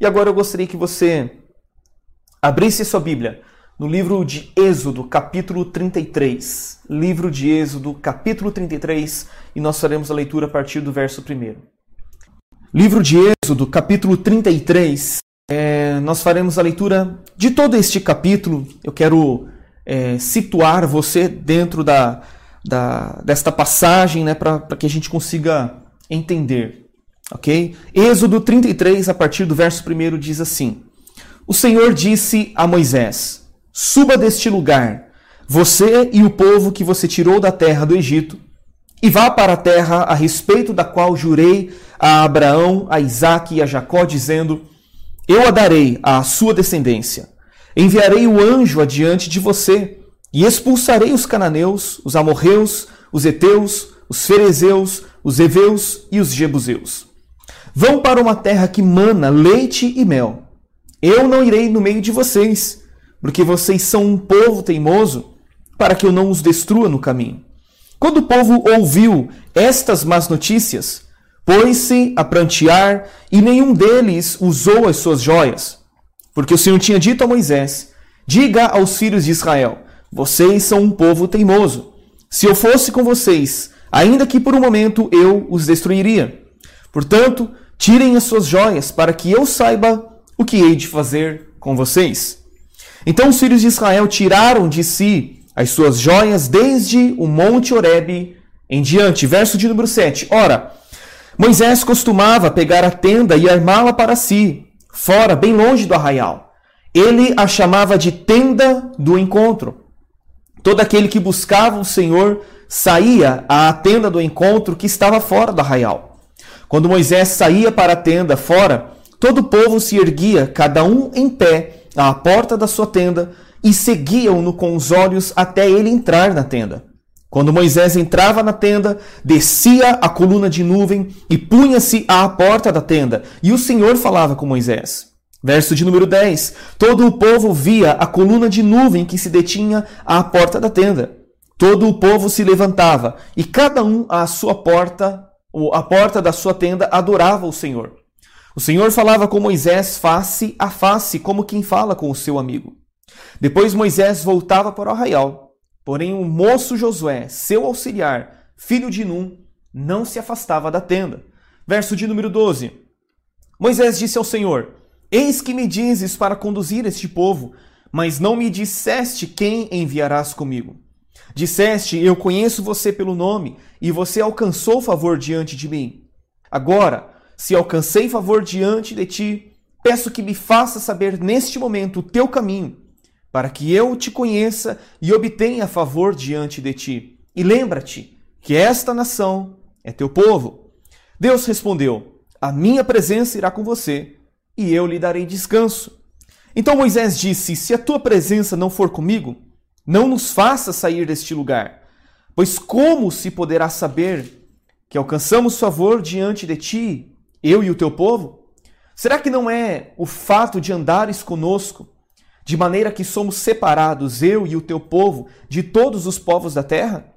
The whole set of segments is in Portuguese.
agora eu gostaria que você abrisse sua Bíblia no livro de Êxodo, capítulo 33. Livro de Êxodo, capítulo 33, e nós faremos a leitura a partir do verso 1. Livro de Êxodo, capítulo 33, nós faremos a leitura de todo este capítulo. Eu quero situar você dentro desta passagem, né, para que a gente consiga entender. Ok? Êxodo 33, a partir do verso 1, diz assim: O Senhor disse a Moisés: Suba deste lugar, você e o povo que você tirou da terra do Egito, e vá para a terra a respeito da qual jurei a Abraão, a Isaque e a Jacó, dizendo: Eu a darei à sua descendência. Enviarei o anjo adiante de você, e expulsarei os cananeus, os amorreus, os heteus, os ferezeus, os heveus e os jebuseus. Vão para uma terra que mana leite e mel. Eu não irei no meio de vocês, porque vocês são um povo teimoso, para que eu não os destrua no caminho. Quando o povo ouviu estas más notícias, pôs-se a prantear, e nenhum deles usou as suas joias. Porque o Senhor tinha dito a Moisés: Diga aos filhos de Israel: Vocês são um povo teimoso. Se eu fosse com vocês, ainda que por um momento eu os destruiria. Portanto, tirem as suas joias, para que eu saiba o que hei de fazer com vocês. Então os filhos de Israel tiraram de si as suas joias desde o monte Horebe em diante. Verso de número 7. Ora, Moisés costumava pegar a tenda e armá-la para si, fora, bem longe do arraial. Ele a chamava de tenda do encontro. Todo aquele que buscava o Senhor saía à tenda do encontro que estava fora do arraial. Quando Moisés saía para a tenda fora, todo o povo se erguia, cada um em pé, à porta da sua tenda, e seguiam-no com os olhos até ele entrar na tenda. Quando Moisés entrava na tenda, descia a coluna de nuvem e punha-se à porta da tenda, e o Senhor falava com Moisés. Verso de número 10. Todo o povo via a coluna de nuvem que se detinha à porta da tenda. Todo o povo se levantava, e cada um à sua porta, ou à porta da sua tenda, adorava o Senhor. O Senhor falava com Moisés face a face, como quem fala com o seu amigo. Depois Moisés voltava para o arraial, porém o moço Josué, seu auxiliar, filho de Num, não se afastava da tenda. Verso de número 12. Moisés disse ao Senhor: Eis que me dizes para conduzir este povo, mas não me disseste quem enviarás comigo. Disseste: Eu conheço você pelo nome, e você alcançou favor diante de mim. Agora, se alcancei favor diante de ti, peço que me faça saber neste momento o teu caminho, para que eu te conheça e obtenha favor diante de ti. E lembra-te que esta nação é teu povo. Deus respondeu: A minha presença irá com você, e eu lhe darei descanso. Então Moisés disse: Se a tua presença não for comigo, não nos faça sair deste lugar. Pois como se poderá saber que alcançamos favor diante de ti, eu e o teu povo? Será que não é o fato de andares conosco, de maneira que somos separados, eu e o teu povo, de todos os povos da terra?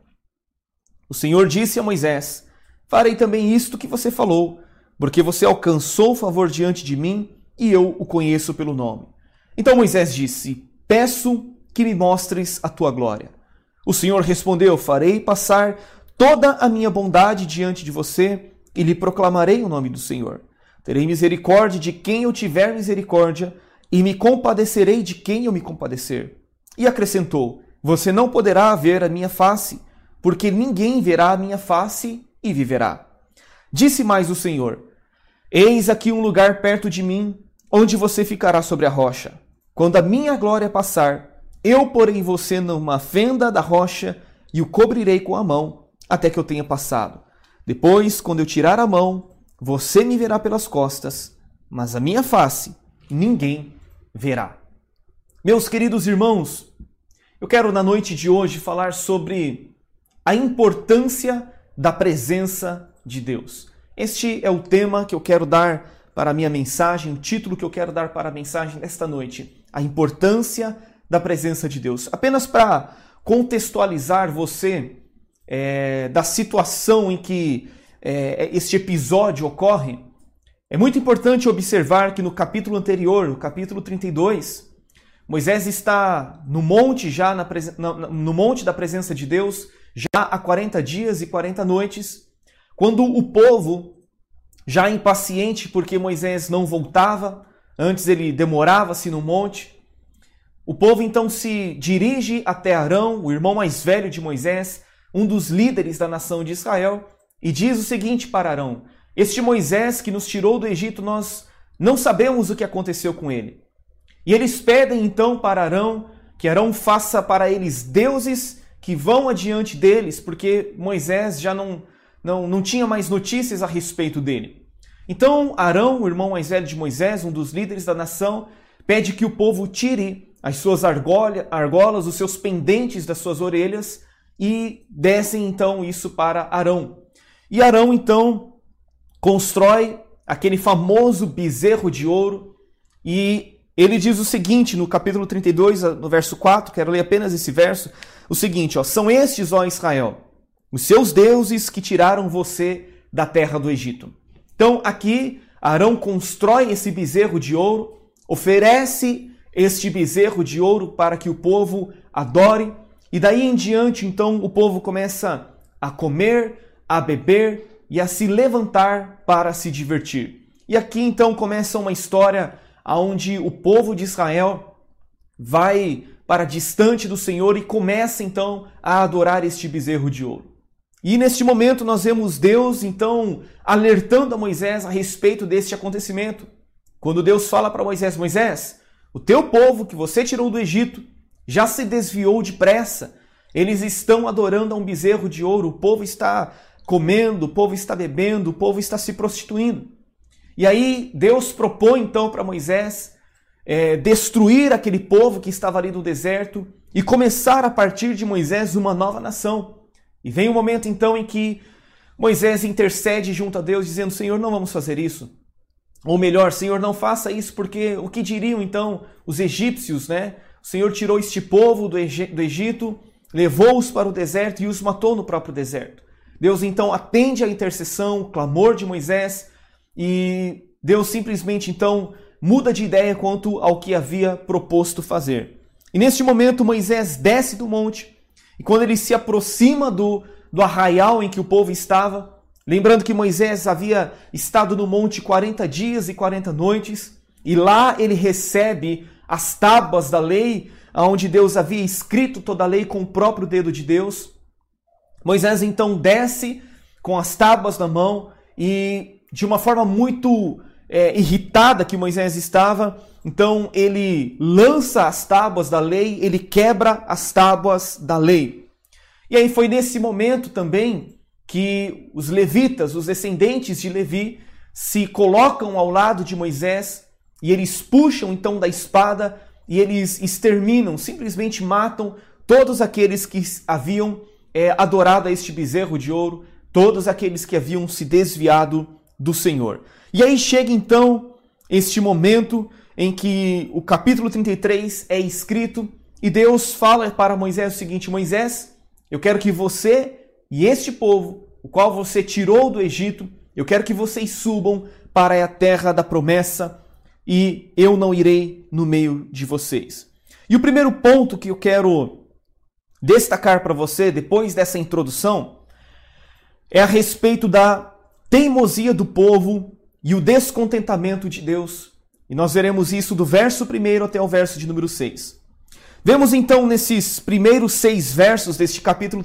O Senhor disse a Moisés: Farei também isto que você falou, porque você alcançou favor diante de mim, e eu o conheço pelo nome. Então Moisés disse: Peço que me mostres a tua glória. O Senhor respondeu: Farei passar toda a minha bondade diante de você, e lhe proclamarei o nome do Senhor. Terei misericórdia de quem eu tiver misericórdia, e me compadecerei de quem eu me compadecer. E acrescentou: Você não poderá ver a minha face, porque ninguém verá a minha face e viverá. Disse mais o Senhor: Eis aqui um lugar perto de mim, onde você ficará sobre a rocha. Quando a minha glória passar, eu porei você numa fenda da rocha e o cobrirei com a mão, até que eu tenha passado. Depois, quando eu tirar a mão, você me verá pelas costas, mas a minha face ninguém verá. Meus queridos irmãos, eu quero na noite de hoje falar sobre a importância da presença de Deus. Este é o tema que eu quero dar para a minha mensagem, o título que eu quero dar para a mensagem desta noite: a importância da presença de Deus. Apenas para contextualizar você da situação em que este episódio ocorre, É muito importante observar que no capítulo anterior, no capítulo 32, Moisés está no monte, no monte da presença de Deus, já há 40 dias e 40 noites, quando o povo, já impaciente porque Moisés não voltava, antes ele demorava-se no monte, o povo então se dirige até Arão, o irmão mais velho de Moisés, um dos líderes da nação de Israel, e diz o seguinte para Arão: este Moisés que nos tirou do Egito, nós não sabemos o que aconteceu com ele. E eles pedem então para Arão, que Arão faça para eles deuses que vão adiante deles, porque Moisés já não tinha mais notícias a respeito dele. Então Arão, o irmão mais velho de Moisés, um dos líderes da nação, pede que o povo tire as suas argolas, os seus pendentes das suas orelhas, e descem então isso para Arão. E Arão então constrói aquele famoso bezerro de ouro, e ele diz o seguinte no capítulo 32, no verso 4, quero ler apenas esse verso, o seguinte: são estes, ó Israel, os seus deuses que tiraram você da terra do Egito. Então aqui Arão constrói esse bezerro de ouro, oferece este bezerro de ouro para que o povo adore, e daí em diante então o povo começa a comer, a beber e a se levantar para se divertir. E aqui então começa uma história onde o povo de Israel vai para distante do Senhor e começa então a adorar este bezerro de ouro. E neste momento nós vemos Deus então alertando a Moisés a respeito deste acontecimento. Quando Deus fala para Moisés: Moisés, o teu povo que você tirou do Egito já se desviou depressa. Eles estão adorando a um bezerro de ouro, o povo está comendo, o povo está bebendo, o povo está se prostituindo. E aí Deus propõe então para Moisés destruir aquele povo que estava ali no deserto e começar a partir de Moisés uma nova nação. E vem um momento então em que Moisés intercede junto a Deus dizendo: Senhor, não vamos fazer isso. Ou melhor, Senhor, não faça isso, porque o que diriam então os egípcios, né? O Senhor tirou este povo do Egito, levou-os para o deserto e os matou no próprio deserto. Deus então atende à intercessão, o clamor de Moisés, e Deus simplesmente então muda de ideia quanto ao que havia proposto fazer. E neste momento Moisés desce do monte, e quando ele se aproxima do arraial em que o povo estava, lembrando que Moisés havia estado no monte 40 dias e 40 noites, e lá ele recebe as tábuas da lei, onde Deus havia escrito toda a lei com o próprio dedo de Deus. Moisés então desce com as tábuas na mão e de uma forma muito irritada que Moisés estava, então ele lança as tábuas da lei, ele quebra as tábuas da lei. E aí foi nesse momento também que os levitas, os descendentes de Levi, se colocam ao lado de Moisés e eles puxam então da espada e eles exterminam, simplesmente matam todos aqueles que haviam adorado a este bezerro de ouro, todos aqueles que haviam se desviado do Senhor. E aí chega então este momento em que o capítulo 33 é escrito e Deus fala para Moisés o seguinte: Moisés, eu quero que você e este povo, o qual você tirou do Egito, eu quero que vocês subam para a terra da promessa e eu não irei no meio de vocês. E o primeiro ponto que eu quero destacar para você, depois dessa introdução, é a respeito da teimosia do povo e o descontentamento de Deus. E nós veremos isso do verso 1 até o verso de número 6. Vemos então nesses primeiros 6 versos deste capítulo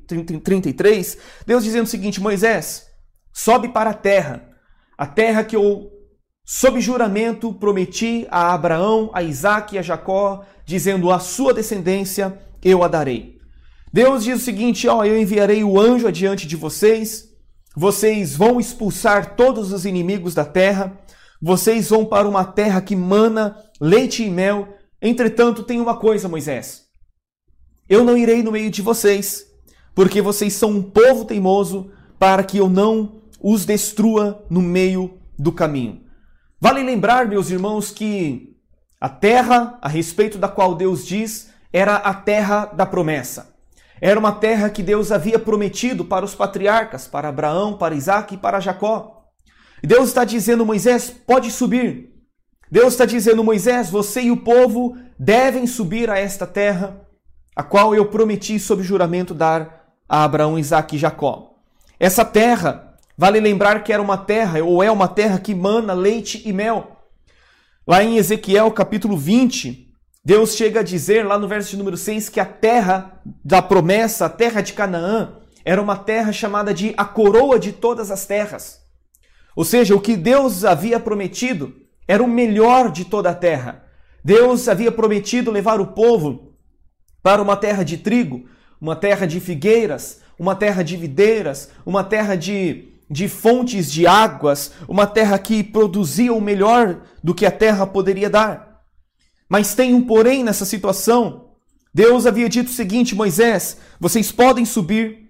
33, Deus dizendo o seguinte: Moisés, sobe para a terra que eu, sob juramento, prometi a Abraão, a Isaque e a Jacó, dizendo: a sua descendência eu a darei. Deus diz o seguinte: eu enviarei o anjo adiante de vocês, vocês vão expulsar todos os inimigos da terra, vocês vão para uma terra que mana leite e mel. Entretanto, tem uma coisa, Moisés: eu não irei no meio de vocês, porque vocês são um povo teimoso, para que eu não os destrua no meio do caminho. Vale lembrar, meus irmãos, que a terra a respeito da qual Deus diz era a terra da promessa. Era uma terra que Deus havia prometido para os patriarcas, para Abraão, para Isaque e para Jacó. E Deus está dizendo, Moisés, pode subir. Deus está dizendo, Moisés, você e o povo devem subir a esta terra, a qual eu prometi sob juramento dar a Abraão, Isaque e Jacó. Essa terra, vale lembrar que era uma terra, ou é uma terra que mana leite e mel. Lá em Ezequiel capítulo 20, Deus chega a dizer, lá no verso de número 6, que a terra da promessa, a terra de Canaã, era uma terra chamada de a coroa de todas as terras. Ou seja, o que Deus havia prometido era o melhor de toda a terra. Deus havia prometido levar o povo para uma terra de trigo, uma terra de figueiras, uma terra de videiras, uma terra de fontes de águas, uma terra que produzia o melhor do que a terra poderia dar. Mas tem um porém nessa situação. Deus havia dito o seguinte, Moisés, vocês podem subir,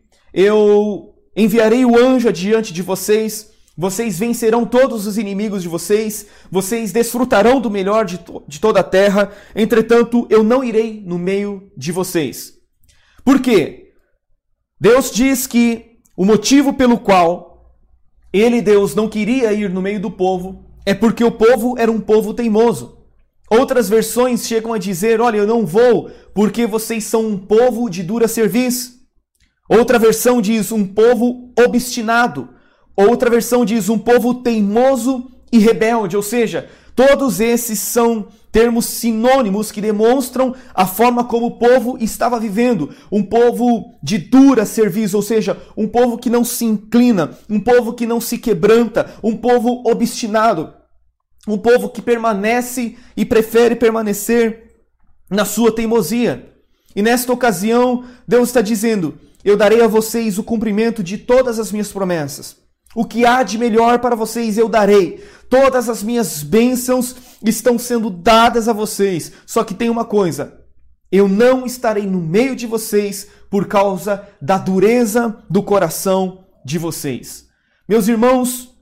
eu enviarei o anjo adiante de vocês, vocês vencerão todos os inimigos de vocês, vocês desfrutarão do melhor de toda a terra, entretanto, eu não irei no meio de vocês. Por quê? Deus diz que o motivo pelo qual Deus, não queria ir no meio do povo é porque o povo era um povo teimoso. Outras versões chegam a dizer, olha, eu não vou porque vocês são um povo de dura cerviz. Outra versão diz um povo obstinado. Outra versão diz um povo teimoso e rebelde, ou seja, todos esses são termos sinônimos que demonstram a forma como o povo estava vivendo. Um povo de dura cerviz, ou seja, um povo que não se inclina, um povo que não se quebranta, um povo obstinado, um povo que permanece e prefere permanecer na sua teimosia. E nesta ocasião, Deus está dizendo, eu darei a vocês o cumprimento de todas as minhas promessas. O que há de melhor para vocês eu darei. Todas as minhas bênçãos estão sendo dadas a vocês. Só que tem uma coisa. Eu não estarei no meio de vocês por causa da dureza do coração de vocês. Meus irmãos,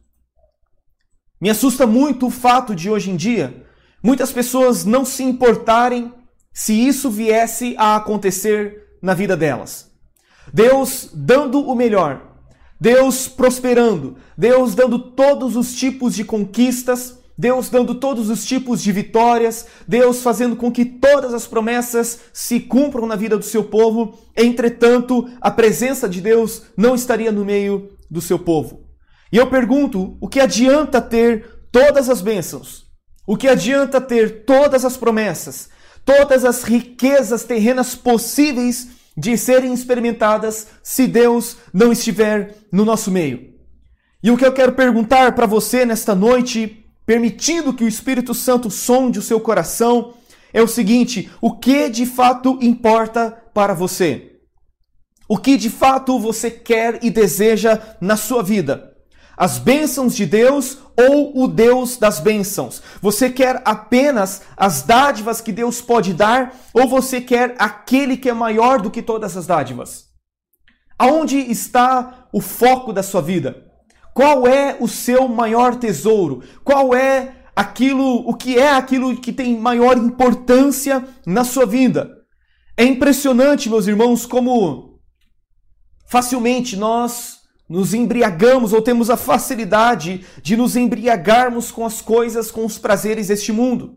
me assusta muito o fato de hoje em dia muitas pessoas não se importarem se isso viesse a acontecer na vida delas. Deus dando o melhor. Deus prosperando, Deus dando todos os tipos de conquistas, Deus dando todos os tipos de vitórias, Deus fazendo com que todas as promessas se cumpram na vida do seu povo. Entretanto, a presença de Deus não estaria no meio do seu povo. E eu pergunto, o que adianta ter todas as bênçãos? O que adianta ter todas as promessas? Todas as riquezas terrenas possíveis de serem experimentadas se Deus não estiver no nosso meio. E o que eu quero perguntar para você nesta noite, permitindo que o Espírito Santo sonde o seu coração, é o seguinte: o que de fato importa para você? O que de fato você quer e deseja na sua vida? As bênçãos de Deus ou o Deus das bênçãos? Você quer apenas as dádivas que Deus pode dar ou você quer aquele que é maior do que todas as dádivas? Aonde está o foco da sua vida? Qual é o seu maior tesouro? Qual é o que é aquilo que tem maior importância na sua vida? É impressionante, meus irmãos, como facilmente nós nos embriagamos ou temos a facilidade de nos embriagarmos com as coisas, com os prazeres deste mundo.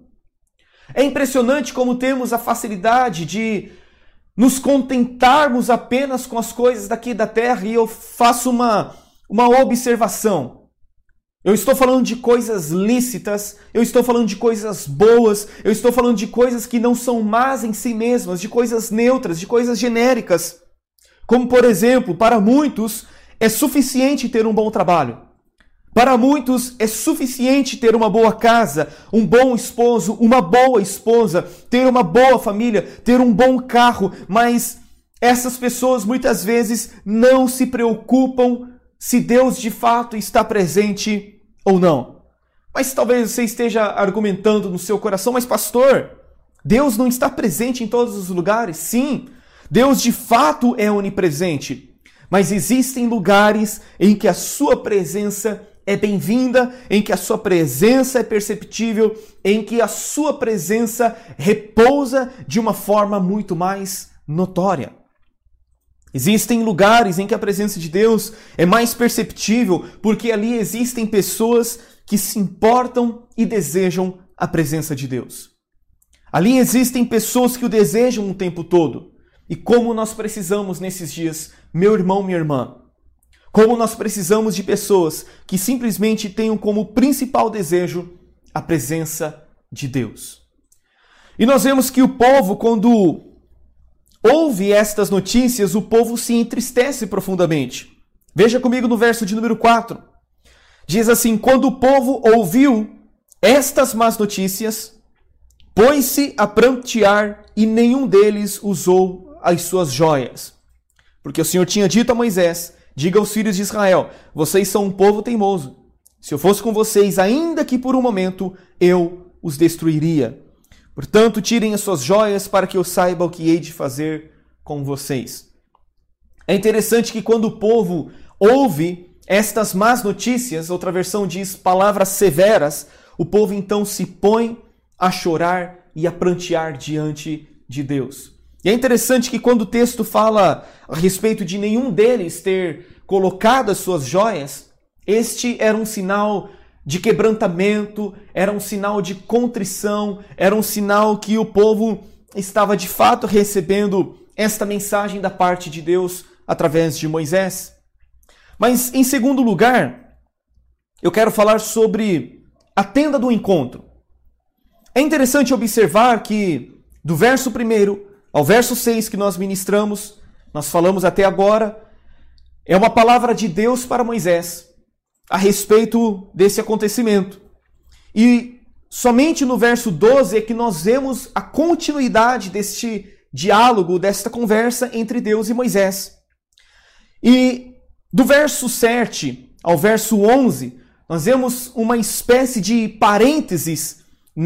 É impressionante como temos a facilidade de nos contentarmos apenas com as coisas daqui da terra. E eu faço uma observação. Eu estou falando de coisas lícitas, eu estou falando de coisas boas, eu estou falando de coisas que não são más em si mesmas, de coisas neutras, de coisas genéricas. Como, por exemplo, para muitos é suficiente ter um bom trabalho. Para muitos é suficiente ter uma boa casa, um bom esposo, uma boa esposa, ter uma boa família, ter um bom carro, mas essas pessoas muitas vezes não se preocupam se Deus de fato está presente ou não. Mas talvez você esteja argumentando no seu coração, mas pastor, Deus não está presente em todos os lugares? Sim, Deus de fato é onipresente. Mas existem lugares em que a sua presença é bem-vinda, em que a sua presença é perceptível, em que a sua presença repousa de uma forma muito mais notória. Existem lugares em que a presença de Deus é mais perceptível, porque ali existem pessoas que se importam e desejam a presença de Deus. Ali existem pessoas que o desejam o tempo todo. E como nós precisamos nesses dias, meu irmão, minha irmã, como nós precisamos de pessoas que simplesmente tenham como principal desejo a presença de Deus. E nós vemos que o povo, quando ouve estas notícias, o povo se entristece profundamente. Veja comigo no verso de número 4. Diz assim: quando o povo ouviu estas más notícias, pôs-se a prantear e nenhum deles usou as suas joias. Porque o Senhor tinha dito a Moisés: diga aos filhos de Israel, vocês são um povo teimoso. Se eu fosse com vocês, ainda que por um momento, eu os destruiria. Portanto, tirem as suas joias para que eu saiba o que hei de fazer com vocês. É interessante que quando o povo ouve estas más notícias, outra versão diz palavras severas, o povo então se põe a chorar e a prantear diante de Deus. E é interessante que quando o texto fala a respeito de nenhum deles ter colocado as suas joias, este era um sinal de quebrantamento, era um sinal de contrição, era um sinal que o povo estava de fato recebendo esta mensagem da parte de Deus através de Moisés. Mas, em segundo lugar, eu quero falar sobre a tenda do encontro. É interessante observar que, do verso 1 ao verso 6 que nós ministramos, nós falamos até agora, é uma palavra de Deus para Moisés a respeito desse acontecimento. E somente no verso 12 é que nós vemos a continuidade deste diálogo, desta conversa entre Deus e Moisés. E do verso 7 ao verso 11, nós vemos uma espécie de parênteses,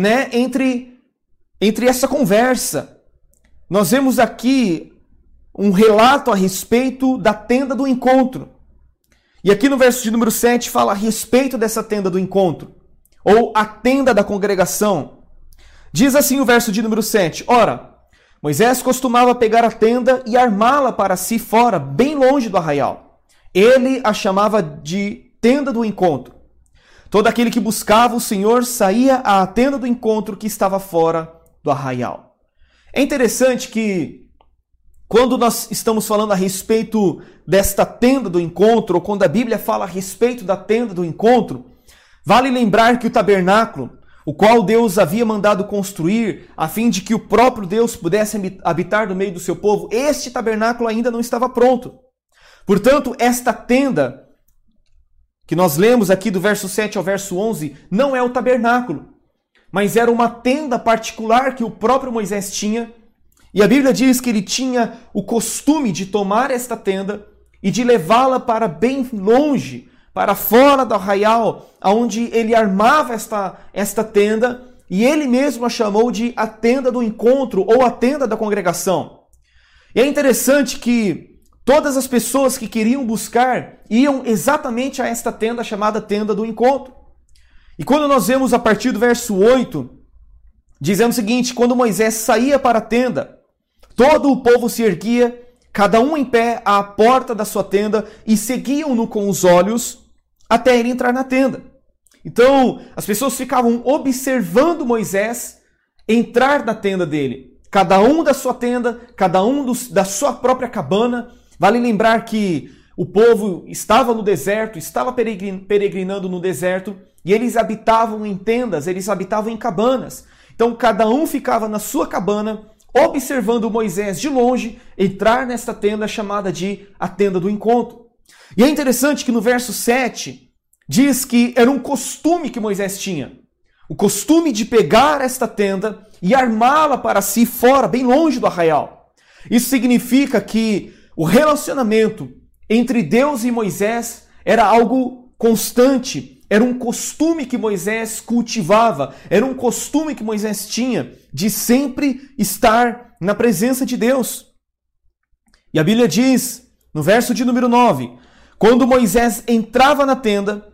entre essa conversa. Nós vemos aqui um relato a respeito da tenda do encontro. E aqui no verso de número 7 fala a respeito dessa tenda do encontro, ou a tenda da congregação. Diz assim o verso de número 7, ora, Moisés costumava pegar a tenda e armá-la para si fora, bem longe do arraial. Ele a chamava de tenda do encontro. Todo aquele que buscava o Senhor saía à tenda do encontro que estava fora do arraial. É interessante que quando nós estamos falando a respeito desta tenda do encontro, ou quando a Bíblia fala a respeito da tenda do encontro, vale lembrar que o tabernáculo, o qual Deus havia mandado construir, a fim de que o próprio Deus pudesse habitar no meio do seu povo, este tabernáculo ainda não estava pronto. Portanto, esta tenda que nós lemos aqui do verso 7 ao verso 11, não é o tabernáculo, mas era uma tenda particular que o próprio Moisés tinha. E a Bíblia diz que ele tinha o costume de tomar esta tenda e de levá-la para bem longe, para fora do arraial, onde ele armava esta tenda, e ele mesmo a chamou de a tenda do encontro ou a tenda da congregação. E é interessante que todas as pessoas que queriam buscar iam exatamente a esta tenda chamada tenda do encontro. E quando nós vemos a partir do verso 8, dizendo o seguinte, quando Moisés saía para a tenda, todo o povo se erguia, cada um em pé à porta da sua tenda, e seguiam-no com os olhos até ele entrar na tenda. Então, as pessoas ficavam observando Moisés entrar na tenda dele. Cada um da sua tenda, cada um da sua própria cabana. Vale lembrar que o povo estava no deserto, estava peregrinando no deserto, e eles habitavam em tendas, eles habitavam em cabanas. Então, cada um ficava na sua cabana, observando Moisés de longe entrar nesta tenda chamada de a tenda do encontro. E é interessante que no verso 7 diz que era um costume que Moisés tinha. O costume de pegar esta tenda e armá-la para si fora, bem longe do arraial. Isso significa que o relacionamento entre Deus e Moisés era algo constante, era um costume que Moisés cultivava, era um costume que Moisés tinha de sempre estar na presença de Deus. E a Bíblia diz, no verso de número 9, quando Moisés entrava na tenda,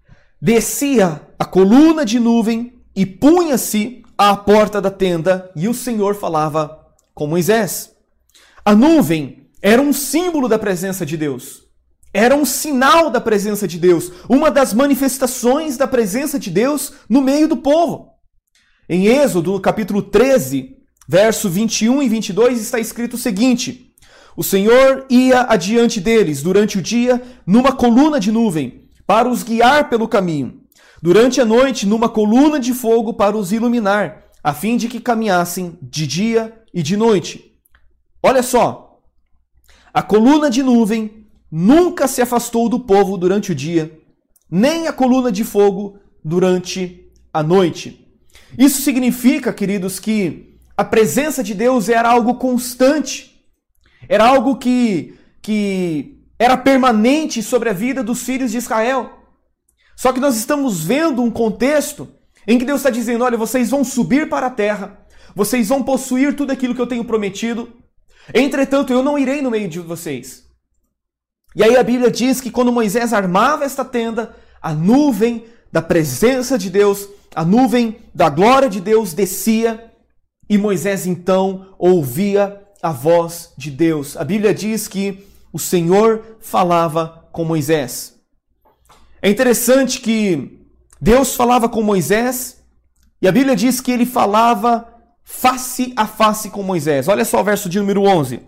descia a coluna de nuvem e punha-se à porta da tenda, e o Senhor falava com Moisés. A nuvem era um símbolo da presença de Deus. Era um sinal da presença de Deus, uma das manifestações da presença de Deus no meio do povo. Em Êxodo, capítulo 13, verso 21 e 22, está escrito o seguinte: o Senhor ia adiante deles durante o dia numa coluna de nuvem, para os guiar pelo caminho. Durante a noite, numa coluna de fogo para os iluminar, a fim de que caminhassem de dia e de noite. Olha só, a coluna de nuvem nunca se afastou do povo durante o dia, nem a coluna de fogo durante a noite. Isso significa, queridos, que a presença de Deus era algo constante, era algo que era permanente sobre a vida dos filhos de Israel. Só que nós estamos vendo um contexto em que Deus está dizendo: olha, vocês vão subir para a terra, vocês vão possuir tudo aquilo que eu tenho prometido, entretanto eu não irei no meio de vocês. E aí a Bíblia diz que quando Moisés armava esta tenda, a nuvem da presença de Deus, a nuvem da glória de Deus descia e Moisés então ouvia a voz de Deus. A Bíblia diz que o Senhor falava com Moisés. É interessante que Deus falava com Moisés e a Bíblia diz que ele falava face a face com Moisés. Olha só o verso de número 11.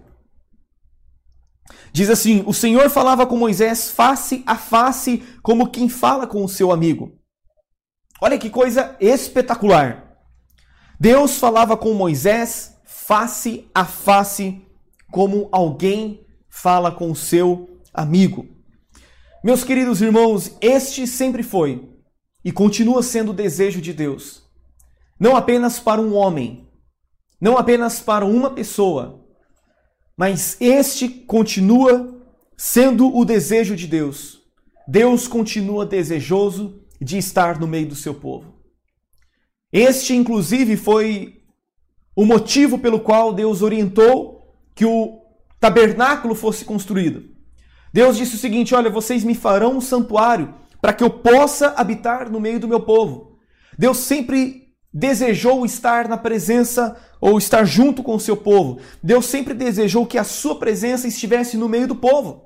Diz assim: o Senhor falava com Moisés face a face, como quem fala com o seu amigo. Olha que coisa espetacular. Deus falava com Moisés face a face, como alguém fala com o seu amigo. Meus queridos irmãos, este sempre foi e continua sendo o desejo de Deus. Não apenas para um homem, não apenas para uma pessoa, mas este continua sendo o desejo de Deus. Deus continua desejoso de estar no meio do seu povo. Este, inclusive, foi o motivo pelo qual Deus orientou que o tabernáculo fosse construído. Deus disse o seguinte: olha, vocês me farão um santuário para que eu possa habitar no meio do meu povo. Deus sempre desejou estar na presença ou estar junto com o seu povo. Deus sempre desejou que a sua presença estivesse no meio do povo.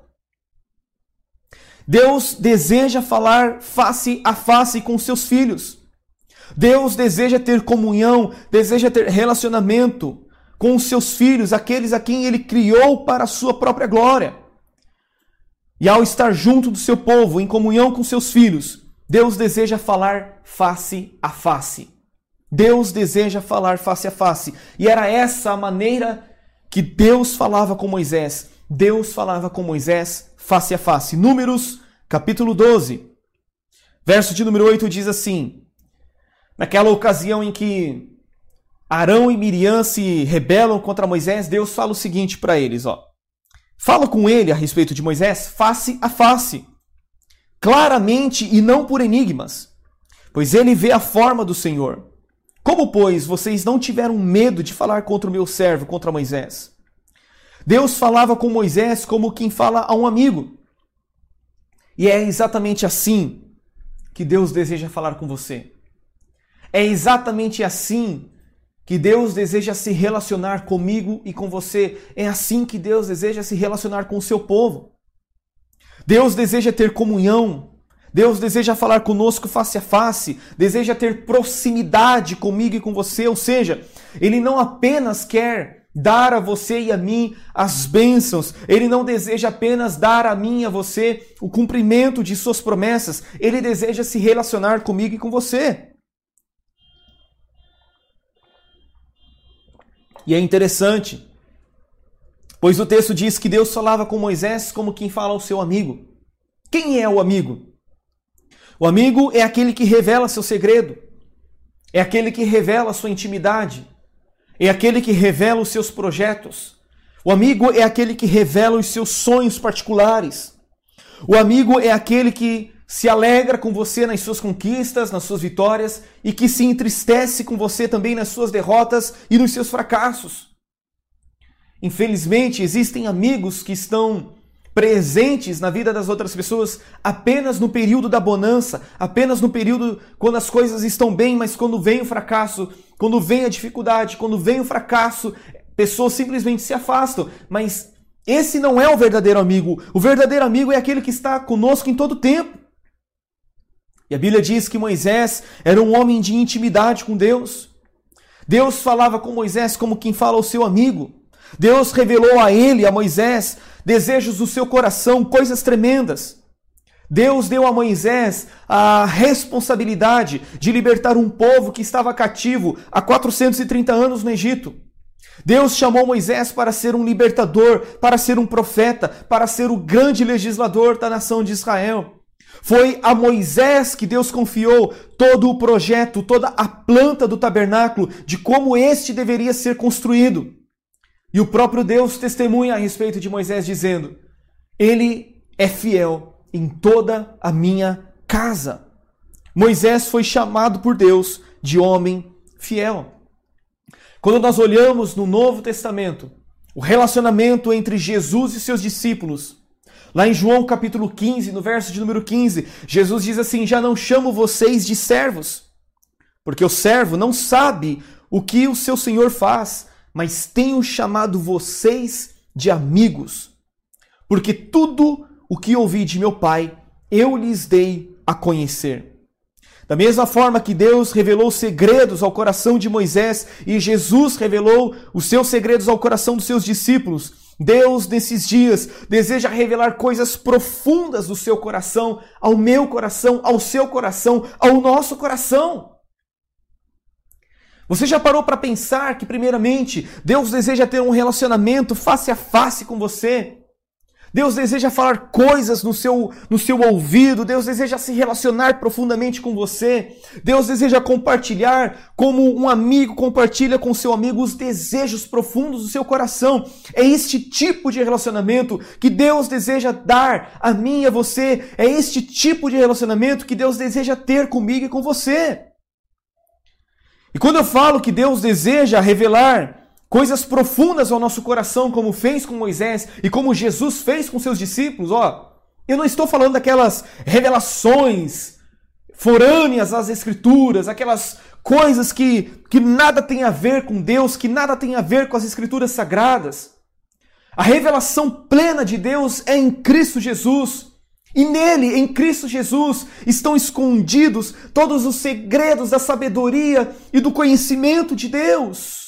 Deus deseja falar face a face com seus filhos. Deus deseja ter comunhão, deseja ter relacionamento com os seus filhos, aqueles a quem Ele criou para a sua própria glória. E ao estar junto do seu povo, em comunhão com seus filhos, Deus deseja falar face a face. Deus deseja falar face a face. E era essa a maneira que Deus falava com Moisés. Deus falava com Moisés face a face. Números, capítulo 12, verso de número 8 diz assim: naquela ocasião em que Arão e Miriam se rebelam contra Moisés, Deus fala o seguinte para eles, ó. Fala com ele a respeito de Moisés face a face, claramente e não por enigmas, pois ele vê a forma do Senhor. Como, pois, vocês não tiveram medo de falar contra o meu servo, contra Moisés? Deus falava com Moisés como quem fala a um amigo. E é exatamente assim que Deus deseja falar com você. É exatamente assim que Deus deseja se relacionar comigo e com você. É assim que Deus deseja se relacionar com o seu povo. Deus deseja ter comunhão. Deus deseja falar conosco face a face. Deseja ter proximidade comigo e com você. Ou seja, Ele não apenas quer dar a você e a mim as bênçãos. Ele não deseja apenas dar a mim e a você o cumprimento de suas promessas. Ele deseja se relacionar comigo e com você. E é interessante, pois o texto diz que Deus falava com Moisés como quem fala ao seu amigo. Quem é o amigo? O amigo é aquele que revela seu segredo, é aquele que revela sua intimidade, é aquele que revela os seus projetos. O amigo é aquele que revela os seus sonhos particulares. O amigo é aquele que se alegra com você nas suas conquistas, nas suas vitórias, e que se entristece com você também nas suas derrotas e nos seus fracassos. Infelizmente, existem amigos que estão presentes na vida das outras pessoas apenas no período da bonança, apenas no período quando as coisas estão bem, mas quando vem o fracasso, quando vem a dificuldade, quando vem o fracasso, pessoas simplesmente se afastam. Mas Esse não é o verdadeiro amigo. O verdadeiro amigo é aquele que está conosco em todo tempo. E a Bíblia diz que Moisés era um homem de intimidade com Deus. Deus falava com Moisés como quem fala ao seu amigo. Deus revelou a ele, a Moisés, desejos do seu coração, coisas tremendas. Deus deu a Moisés a responsabilidade de libertar um povo que estava cativo há 430 anos no Egito. Deus chamou Moisés para ser um libertador, para ser um profeta, para ser o grande legislador da nação de Israel. Foi a Moisés que Deus confiou todo o projeto, toda a planta do tabernáculo, de como este deveria ser construído. E o próprio Deus testemunha a respeito de Moisés dizendo: Ele é fiel em toda a minha casa. Moisés foi chamado por Deus de homem fiel. Quando nós olhamos no Novo Testamento, o relacionamento entre Jesus e seus discípulos, lá em João capítulo 15, no verso de número 15, Jesus diz assim: já não chamo vocês de servos, porque o servo não sabe o que o seu senhor faz, mas tenho chamado vocês de amigos, porque tudo o que ouvi de meu Pai, eu lhes dei a conhecer. Da mesma forma que Deus revelou segredos ao coração de Moisés e Jesus revelou os seus segredos ao coração dos seus discípulos, Deus, nesses dias, deseja revelar coisas profundas do seu coração, ao meu coração, ao seu coração, ao nosso coração. Você já parou para pensar que, primeiramente, Deus deseja ter um relacionamento face a face com você? Deus deseja falar coisas no seu ouvido. Deus deseja se relacionar profundamente com você. Deus deseja compartilhar, como um amigo compartilha com seu amigo, os desejos profundos do seu coração. É este tipo de relacionamento que Deus deseja dar a mim e a você. É este tipo de relacionamento que Deus deseja ter comigo e com você. E quando eu falo que Deus deseja revelar coisas profundas ao nosso coração, como fez com Moisés e como Jesus fez com seus discípulos, eu não estou falando daquelas revelações forâneas às Escrituras, aquelas coisas que nada tem a ver com Deus, que nada tem a ver com as Escrituras sagradas. A revelação plena de Deus é em Cristo Jesus. E nele, em Cristo Jesus, estão escondidos todos os segredos da sabedoria e do conhecimento de Deus.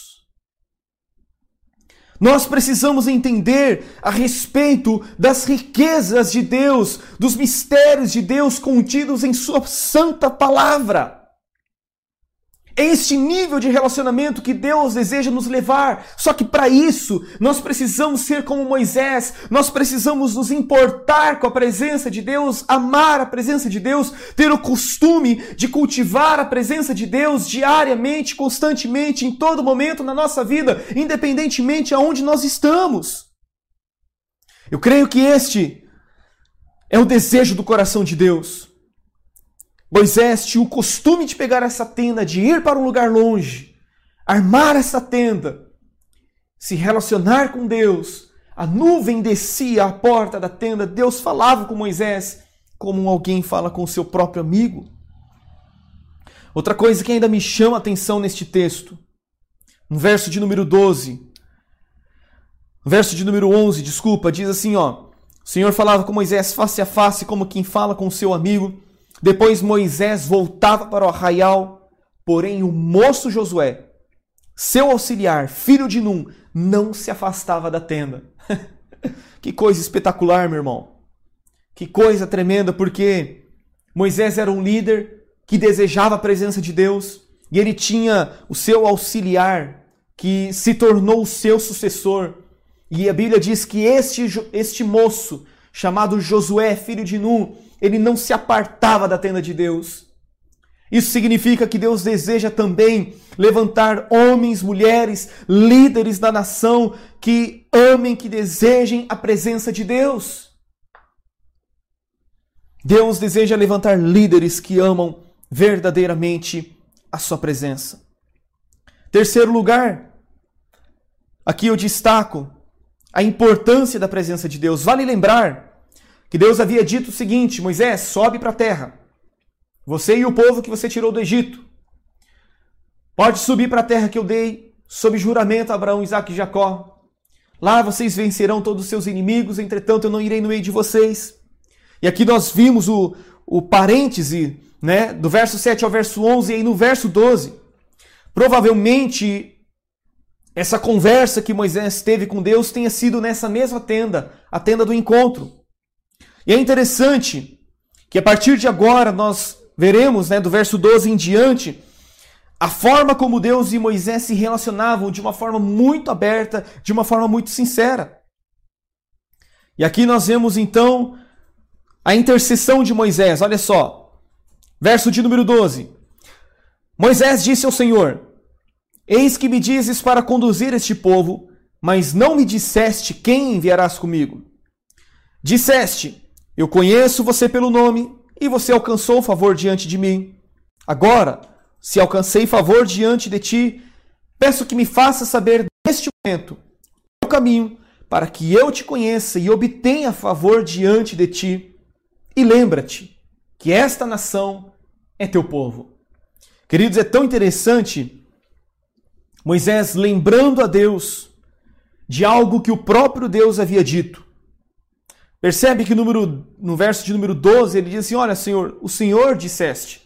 Nós precisamos entender a respeito das riquezas de Deus, dos mistérios de Deus contidos em sua santa palavra. É este nível de relacionamento que Deus deseja nos levar. Só que para isso, nós precisamos ser como Moisés. Nós precisamos nos importar com a presença de Deus, amar a presença de Deus, ter o costume de cultivar a presença de Deus diariamente, constantemente, em todo momento na nossa vida, independentemente de aonde nós estamos. Eu creio que este é o desejo do coração de Deus. Moisés tinha o costume de pegar essa tenda, de ir para um lugar longe, armar essa tenda, se relacionar com Deus. A nuvem descia à porta da tenda, Deus falava com Moisés como alguém fala com o seu próprio amigo. Outra coisa que ainda me chama a atenção neste texto, no verso de número 12, no verso de número 11, diz assim, o Senhor falava com Moisés face a face como quem fala com o seu amigo. Depois Moisés voltava para o arraial, porém o moço Josué, seu auxiliar, filho de Num, não se afastava da tenda. Que coisa espetacular, meu irmão. Que coisa tremenda, porque Moisés era um líder que desejava a presença de Deus e ele tinha o seu auxiliar que se tornou o seu sucessor. E a Bíblia diz que este moço, chamado Josué, filho de Num, ele não se apartava da tenda de Deus. Isso significa que Deus deseja também levantar homens, mulheres, líderes da nação que amem, que desejem a presença de Deus. Deus deseja levantar líderes que amam verdadeiramente a sua presença. Terceiro lugar, aqui eu destaco a importância da presença de Deus. Vale lembrar que Deus havia dito o seguinte: Moisés, sobe para a terra. Você e o povo que você tirou do Egito. Pode subir para a terra que eu dei sob juramento a Abraão, Isaque e Jacó. Lá vocês vencerão todos os seus inimigos, entretanto eu não irei no meio de vocês. E aqui nós vimos o parêntese, né, do verso 7 ao verso 11, e aí no verso 12, provavelmente essa conversa que Moisés teve com Deus tenha sido nessa mesma tenda, a tenda do encontro. E é interessante que a partir de agora nós veremos, né, do verso 12 em diante, a forma como Deus e Moisés se relacionavam de uma forma muito aberta, de uma forma muito sincera. E aqui nós vemos então a intercessão de Moisés. Olha só, verso de número 12. Moisés disse ao Senhor: eis que me dizes para conduzir este povo, mas não me disseste quem enviarás comigo. Disseste: eu conheço você pelo nome, e você alcançou favor diante de mim. Agora, se alcancei favor diante de ti, peço que me faça saber neste momento o caminho, para que eu te conheça e obtenha favor diante de ti. E lembra-te que esta nação é teu povo. Queridos, é tão interessante Moisés lembrando a Deus de algo que o próprio Deus havia dito. Percebe que no verso de número 12 ele diz assim: olha, Senhor, o Senhor disseste.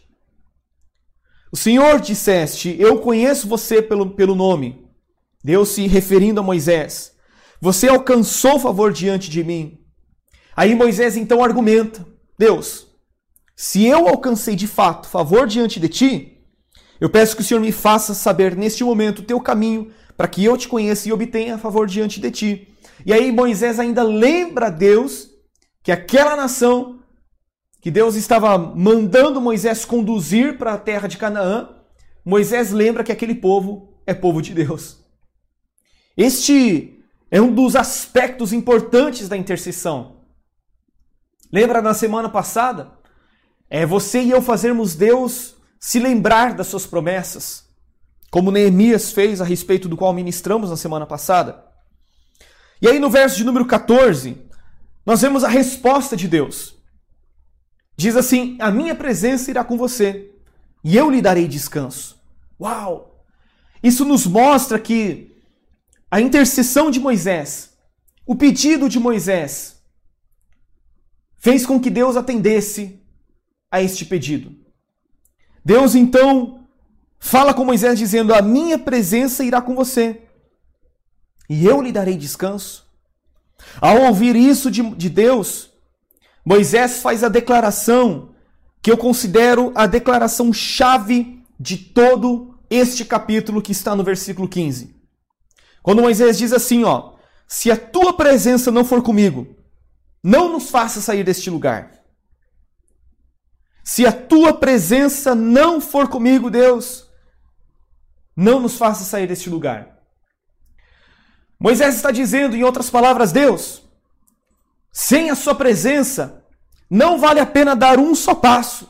O Senhor disseste, eu conheço você pelo nome. Deus se referindo a Moisés. Você alcançou favor diante de mim. Aí Moisés então argumenta: Deus, se eu alcancei de fato favor diante de ti, eu peço que o Senhor me faça saber neste momento o teu caminho, para que eu te conheça e obtenha favor diante de ti. E aí Moisés ainda lembra a Deus que aquela nação que Deus estava mandando Moisés conduzir para a terra de Canaã, Moisés lembra que aquele povo é povo de Deus. Este é um dos aspectos importantes da intercessão. Lembra na semana passada? Você e eu fazermos Deus se lembrar das suas promessas, como Neemias fez, a respeito do qual ministramos na semana passada. E aí no verso de número 14, nós vemos a resposta de Deus. Diz assim: a minha presença irá com você, e eu lhe darei descanso. Uau! Isso nos mostra que a intercessão de Moisés, o pedido de Moisés, fez com que Deus atendesse a este pedido. Deus então fala com Moisés dizendo: a minha presença irá com você, e eu lhe darei descanso. Ao ouvir isso de Deus, Moisés faz a declaração que eu considero a declaração chave de todo este capítulo que está no versículo 15. Quando Moisés diz assim, se a tua presença não for comigo, não nos faça sair deste lugar. Se a tua presença não for comigo, Deus, não nos faça sair deste lugar. Moisés está dizendo, em outras palavras, Deus, sem a sua presença, não vale a pena dar um só passo.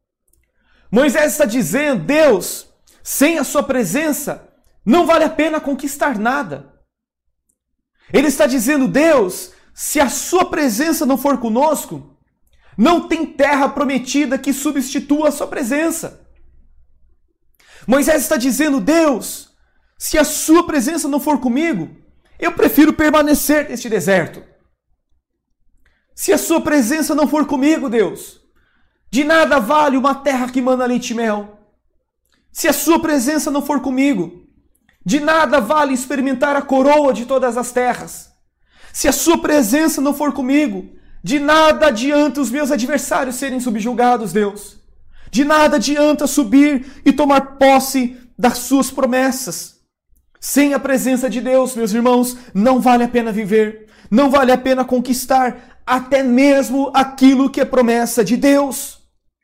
Moisés está dizendo, Deus, sem a sua presença, não vale a pena conquistar nada. Ele está dizendo, Deus, se a sua presença não for conosco, não tem terra prometida que substitua a sua presença. Moisés está dizendo, Deus, se a sua presença não for comigo, eu prefiro permanecer neste deserto. Se a sua presença não for comigo, Deus, de nada vale uma terra que mana leite e mel. Se a sua presença não for comigo, de nada vale experimentar a coroa de todas as terras. Se a sua presença não for comigo, de nada adianta os meus adversários serem subjugados, Deus. De nada adianta subir e tomar posse das suas promessas. Sem a presença de Deus, meus irmãos, não vale a pena viver. Não vale a pena conquistar até mesmo aquilo que é promessa de Deus.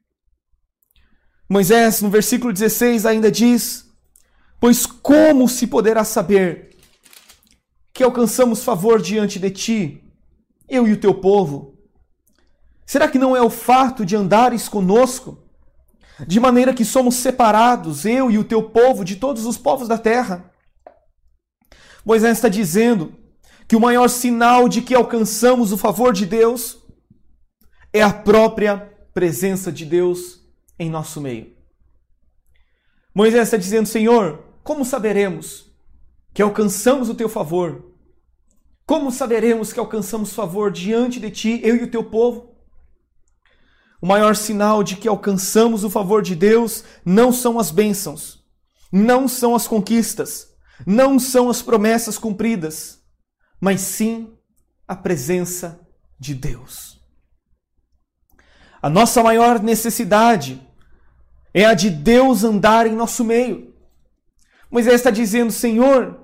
Moisés, no versículo 16, ainda diz: pois como se poderá saber que alcançamos favor diante de ti, eu e o teu povo? Será que não é o fato de andares conosco, de maneira que somos separados, eu e o teu povo, de todos os povos da terra? Moisés está dizendo que o maior sinal de que alcançamos o favor de Deus é a própria presença de Deus em nosso meio. Moisés está dizendo, Senhor, como saberemos que alcançamos o teu favor? Como saberemos que alcançamos favor diante de ti, eu e o teu povo? O maior sinal de que alcançamos o favor de Deus não são as bênçãos, não são as conquistas, não são as promessas cumpridas, mas sim a presença de Deus. A nossa maior necessidade é a de Deus andar em nosso meio. Moisés está dizendo, Senhor,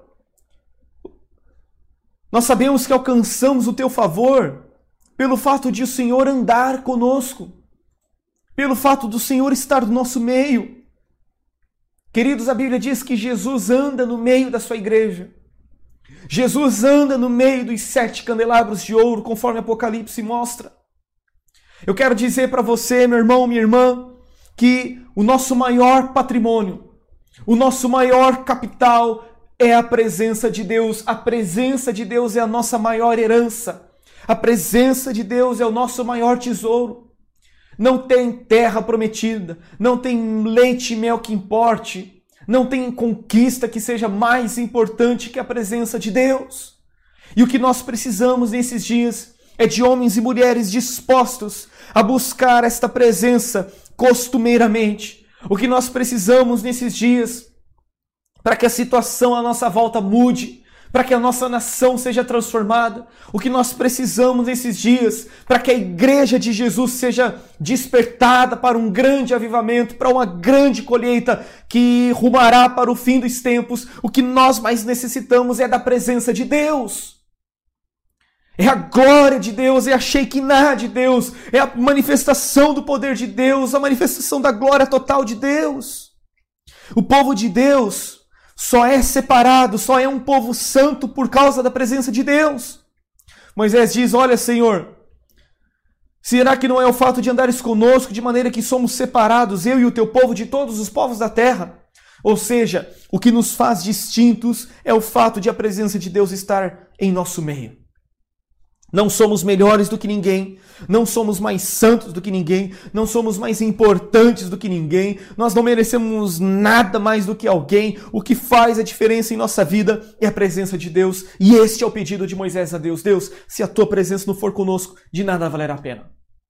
nós sabemos que alcançamos o teu favor pelo fato de o Senhor andar conosco, pelo fato do Senhor estar no nosso meio. Queridos, a Bíblia diz que Jesus anda no meio da sua igreja. Jesus anda no meio dos 7 candelabros de ouro, conforme Apocalipse mostra. Eu quero dizer para você, meu irmão, minha irmã, que o nosso maior patrimônio, o nosso maior capital é a presença de Deus. A presença de Deus é a nossa maior herança. A presença de Deus é o nosso maior tesouro. Não tem terra prometida, não tem leite e mel que importe, não tem conquista que seja mais importante que a presença de Deus. E o que nós precisamos nesses dias é de homens e mulheres dispostos a buscar esta presença costumeiramente. O que nós precisamos nesses dias para que a situação à nossa volta mude, para que a nossa nação seja transformada, o que nós precisamos nesses dias, para que a igreja de Jesus seja despertada para um grande avivamento, para uma grande colheita que rumará para o fim dos tempos, o que nós mais necessitamos é da presença de Deus. É a glória de Deus, é a Shekinah de Deus, é a manifestação do poder de Deus, a manifestação da glória total de Deus. O povo de Deus só é separado, só é um povo santo por causa da presença de Deus. Moisés diz, olha, Senhor, será que não é o fato de andares conosco de maneira que somos separados, eu e o teu povo, de todos os povos da terra? Ou seja, o que nos faz distintos é o fato de a presença de Deus estar em nosso meio. Não somos melhores do que ninguém, não somos mais santos do que ninguém, não somos mais importantes do que ninguém, nós não merecemos nada mais do que alguém. O que faz a diferença em nossa vida é a presença de Deus, e este é o pedido de Moisés a Deus. Deus, se a tua presença não for conosco, de nada valerá a pena.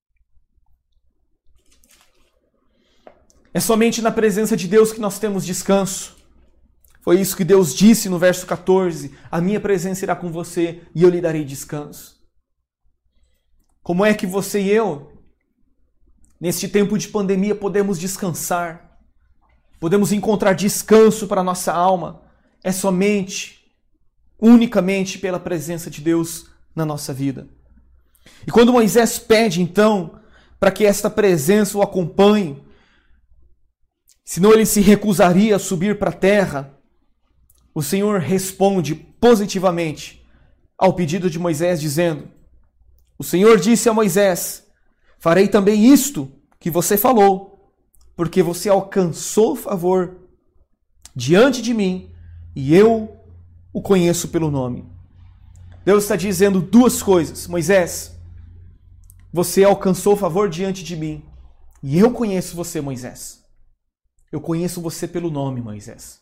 É somente na presença de Deus que nós temos descanso. Foi isso que Deus disse no verso 14, a minha presença irá com você e eu lhe darei descanso. Como é que você e eu, neste tempo de pandemia, podemos descansar? Podemos encontrar descanso para a nossa alma? É somente, unicamente pela presença de Deus na nossa vida. E quando Moisés pede, então, para que esta presença o acompanhe, senão ele se recusaria a subir para a terra, o Senhor responde positivamente ao pedido de Moisés, dizendo, o Senhor disse a Moisés, farei também isto que você falou, porque você alcançou favor diante de mim e eu o conheço pelo nome. Deus está dizendo duas coisas. Moisés, você alcançou favor diante de mim e eu conheço você, Moisés. Eu conheço você pelo nome, Moisés.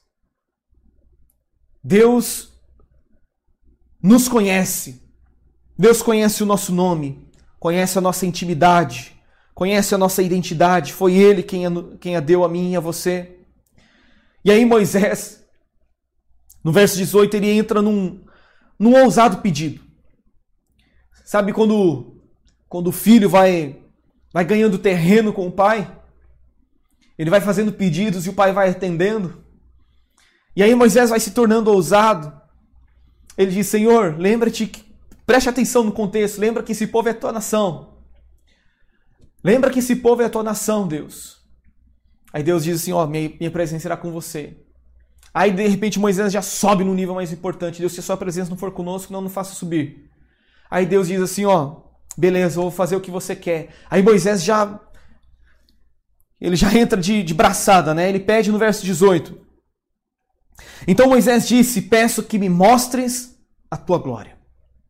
Deus nos conhece. Deus conhece o nosso nome, conhece a nossa intimidade, conhece a nossa identidade. Foi Ele quem a deu a mim e a você. E aí Moisés, no verso 18, ele entra num ousado pedido. Sabe quando o filho vai ganhando terreno com o pai? Ele vai fazendo pedidos e o pai vai atendendo. E aí Moisés vai se tornando ousado. Ele diz, Senhor, preste atenção no contexto, lembra que esse povo é a tua nação. Lembra que esse povo é a tua nação, Deus. Aí Deus diz assim, minha presença será com você. Aí de repente Moisés já sobe no nível mais importante. Deus, se a sua presença não for conosco, não faça subir. Aí Deus diz assim, beleza, eu vou fazer o que você quer. Aí Moisés já entra de braçada, né? Ele pede no verso 18. Então Moisés disse, peço que me mostres a tua glória.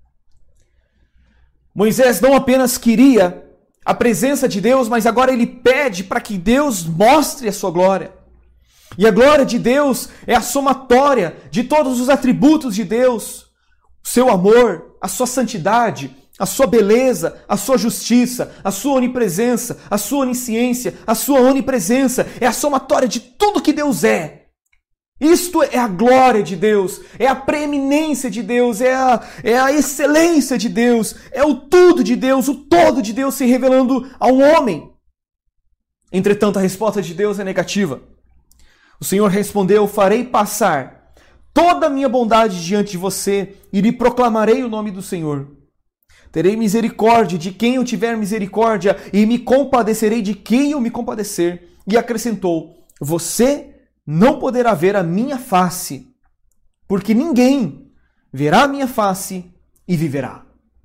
Moisés não apenas queria a presença de Deus, mas agora ele pede para que Deus mostre a sua glória. E a glória de Deus é a somatória de todos os atributos de Deus. o seu amor, a sua santidade, a sua beleza, a sua justiça, a sua onipresença, a sua onisciência, a sua onipresença. É a somatória de tudo que Deus é. Isto é a glória de Deus, é a preeminência de Deus, é a excelência de Deus, é o tudo de Deus, o todo de Deus se revelando a um homem. Entretanto, a resposta de Deus é negativa. O Senhor respondeu: farei passar toda a minha bondade diante de você e lhe proclamarei o nome do Senhor. Terei misericórdia de quem eu tiver misericórdia e me compadecerei de quem eu me compadecer. E acrescentou: você não poderá ver a minha face, porque ninguém verá a minha face e viverá.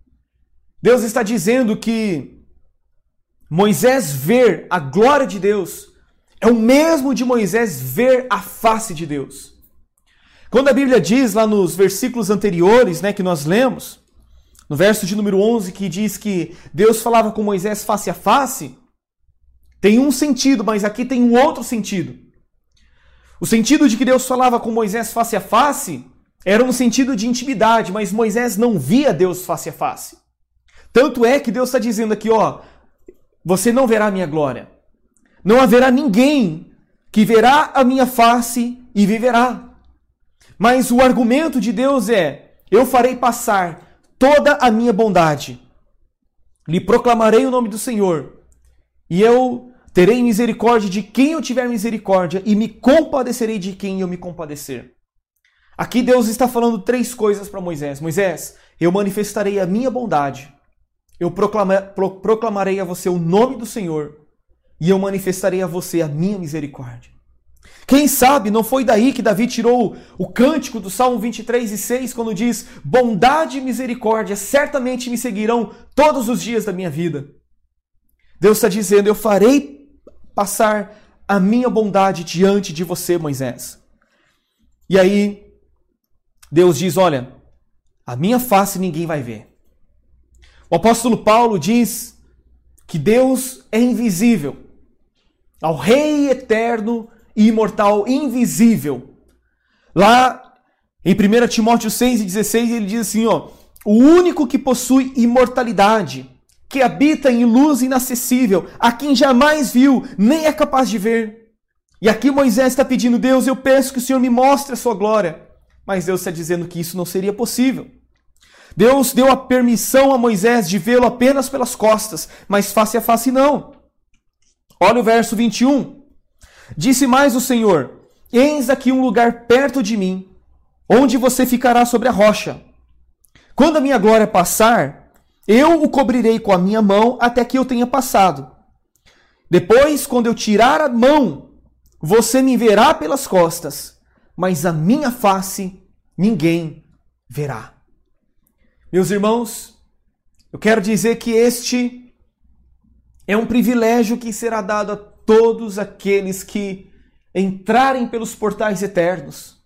Deus está dizendo que Moisés ver a glória de Deus é o mesmo de Moisés ver a face de Deus. Quando a Bíblia diz lá nos versículos anteriores, que nós lemos, no verso de número 11, que diz que Deus falava com Moisés face a face, tem um sentido, mas aqui tem um outro sentido. O sentido de que Deus falava com Moisés face a face era um sentido de intimidade, mas Moisés não via Deus face a face. Tanto é que Deus está dizendo aqui, você não verá a minha glória. Não haverá ninguém que verá a minha face e viverá. Mas o argumento de Deus é: eu farei passar toda a minha bondade. Lhe proclamarei o nome do Senhor. E eu terei misericórdia de quem eu tiver misericórdia e me compadecerei de quem eu me compadecer. Aqui Deus está falando 3 coisas para Moisés. Moisés, eu manifestarei a minha bondade. Eu proclamarei a você o nome do Senhor. E eu manifestarei a você a minha misericórdia. Quem sabe não foi daí que Davi tirou o cântico do Salmo 23:6, quando diz: bondade e misericórdia certamente me seguirão todos os dias da minha vida. Deus está dizendo: eu farei passar a minha bondade diante de você, Moisés. E aí, Deus diz: olha, a minha face ninguém vai ver. O apóstolo Paulo diz que Deus é invisível. Ao Rei eterno e imortal, invisível. Lá em 1 Timóteo 6:16, ele diz assim, o único que possui imortalidade, que habita em luz inacessível, a quem jamais viu, nem é capaz de ver. E aqui Moisés está pedindo: Deus, eu peço que o Senhor me mostre a sua glória. Mas Deus está dizendo que isso não seria possível. Deus deu a permissão a Moisés de vê-lo apenas pelas costas, mas face a face não. Olha o verso 21. Disse mais o Senhor: eis aqui um lugar perto de mim, onde você ficará sobre a rocha. Quando a minha glória passar, eu o cobrirei com a minha mão até que eu tenha passado. Depois, quando eu tirar a mão, você me verá pelas costas, mas a minha face ninguém verá. Meus irmãos, eu quero dizer que este é um privilégio que será dado a todos aqueles que entrarem pelos portais eternos.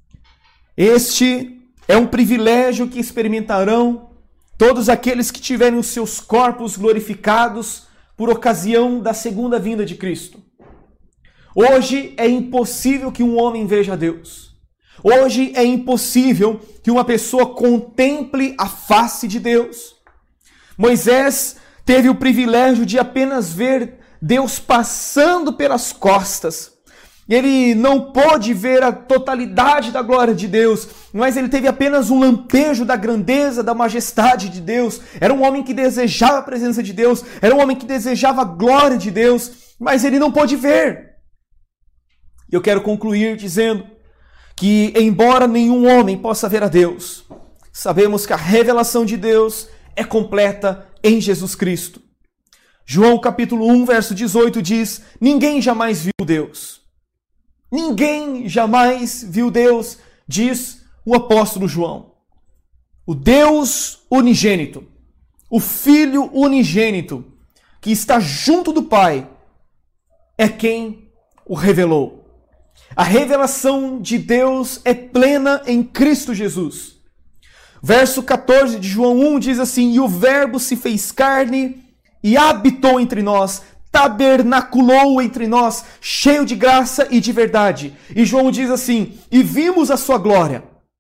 Este é um privilégio que experimentarão todos aqueles que tiverem os seus corpos glorificados por ocasião da segunda vinda de Cristo. Hoje é impossível que um homem veja Deus. Hoje é impossível que uma pessoa contemple a face de Deus. Moisés teve o privilégio de apenas ver Deus passando pelas costas. Ele não pôde ver a totalidade da glória de Deus, mas ele teve apenas um lampejo da grandeza, da majestade de Deus. Era um homem que desejava a presença de Deus, era um homem que desejava a glória de Deus, mas ele não pôde ver. Eu quero concluir dizendo que, embora nenhum homem possa ver a Deus, sabemos que a revelação de Deus é completa em Jesus Cristo. João capítulo 1, verso 18 diz: ninguém jamais viu Deus. Ninguém jamais viu Deus, diz o apóstolo João. O Deus unigênito, o Filho unigênito, que está junto do Pai, é quem o revelou. A revelação de Deus é plena em Cristo Jesus. Verso 14 de João 1 diz assim: e o Verbo se fez carne e habitou entre nós, tabernaculou entre nós, cheio de graça e de verdade. E João diz assim: e vimos a sua glória,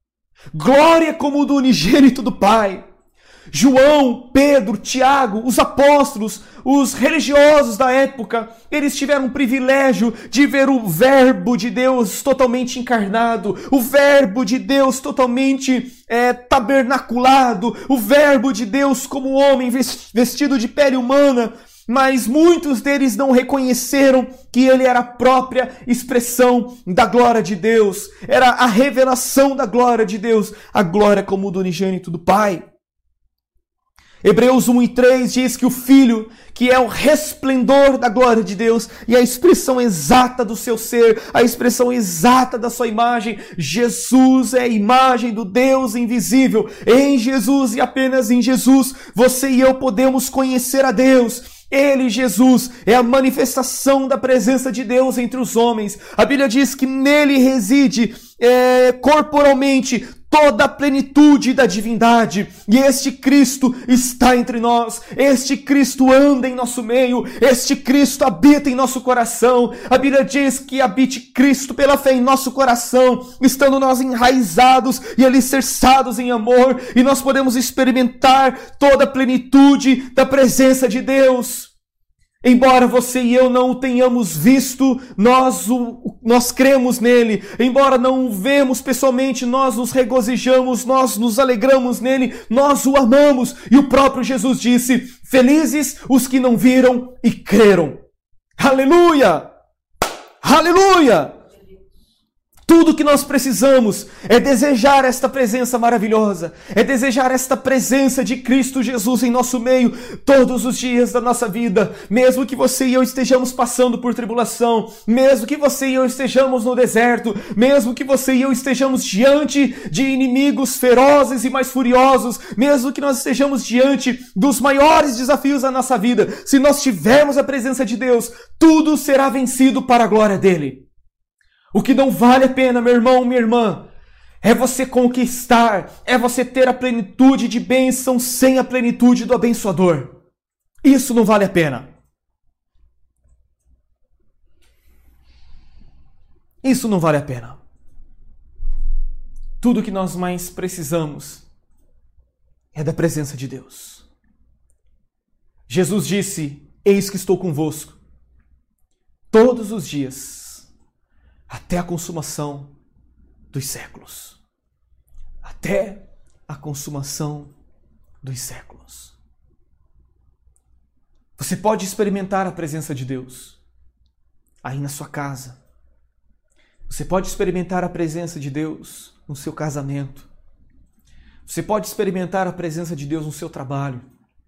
glória como do unigênito do Pai. João, Pedro, Tiago, os apóstolos, os religiosos da época, eles tiveram o privilégio de ver o Verbo de Deus totalmente encarnado, o Verbo de Deus totalmente tabernaculado, o Verbo de Deus como homem vestido de pele humana, mas muitos deles não reconheceram que ele era a própria expressão da glória de Deus, era a revelação da glória de Deus, a glória como do unigênito do Pai. Hebreus 1:3 diz que o Filho, que é o resplendor da glória de Deus e a expressão exata do seu ser, a expressão exata da sua imagem, Jesus é a imagem do Deus invisível. Em Jesus e apenas em Jesus, você e eu podemos conhecer a Deus. Ele, Jesus, é a manifestação da presença de Deus entre os homens. A Bíblia diz que nele reside corporalmente toda a plenitude da divindade. E este Cristo está entre nós. Este Cristo anda em nosso meio. Este Cristo habita em nosso coração. A Bíblia diz que habite Cristo pela fé em nosso coração, estando nós enraizados e alicerçados em amor. E nós podemos experimentar toda a plenitude da presença de Deus. Embora você e eu não o tenhamos visto, nós cremos nele. Embora não o vemos pessoalmente, nós nos regozijamos, nós nos alegramos nele, nós o amamos. E o próprio Jesus disse: felizes os que não viram e creram. Aleluia! Aleluia! Tudo que nós precisamos é desejar esta presença maravilhosa, é desejar esta presença de Cristo Jesus em nosso meio todos os dias da nossa vida, mesmo que você e eu estejamos passando por tribulação, mesmo que você e eu estejamos no deserto, mesmo que você e eu estejamos diante de inimigos ferozes e mais furiosos, mesmo que nós estejamos diante dos maiores desafios da nossa vida, se nós tivermos a presença de Deus, tudo será vencido para a glória dele. O que não vale a pena, meu irmão, minha irmã, é você conquistar, é você ter a plenitude de bênção sem a plenitude do abençoador. Isso não vale a pena. Isso não vale a pena. Tudo que nós mais precisamos é da presença de Deus. Jesus disse: eis que estou convosco todos os dias, até a consumação dos séculos. Até a consumação dos séculos. Você pode experimentar a presença de Deus aí na sua casa. Você pode experimentar a presença de Deus no seu casamento. Você pode experimentar a presença de Deus no seu trabalho.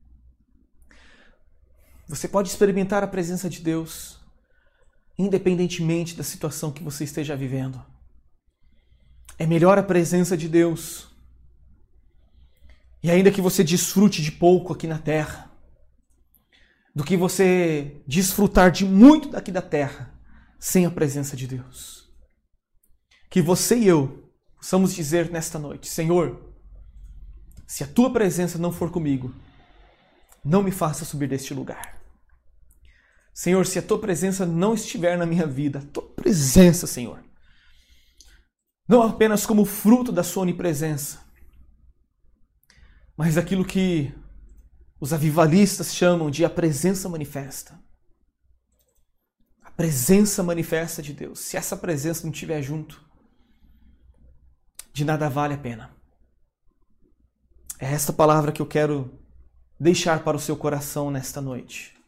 Você pode experimentar a presença de Deus independentemente da situação que você esteja vivendo. É melhor a presença de Deus. E ainda que você desfrute de pouco aqui na terra, do que você desfrutar de muito daqui da terra, sem a presença de Deus. Que você e eu possamos dizer nesta noite: Senhor, se a tua presença não for comigo, não me faça subir deste lugar. Senhor, se a tua presença não estiver na minha vida, a tua presença, Senhor, não apenas como fruto da sua onipresença, mas aquilo que os avivalistas chamam de a presença manifesta. A presença manifesta de Deus. Se essa presença não estiver junto, de nada vale a pena. É esta palavra que eu quero deixar para o seu coração nesta noite.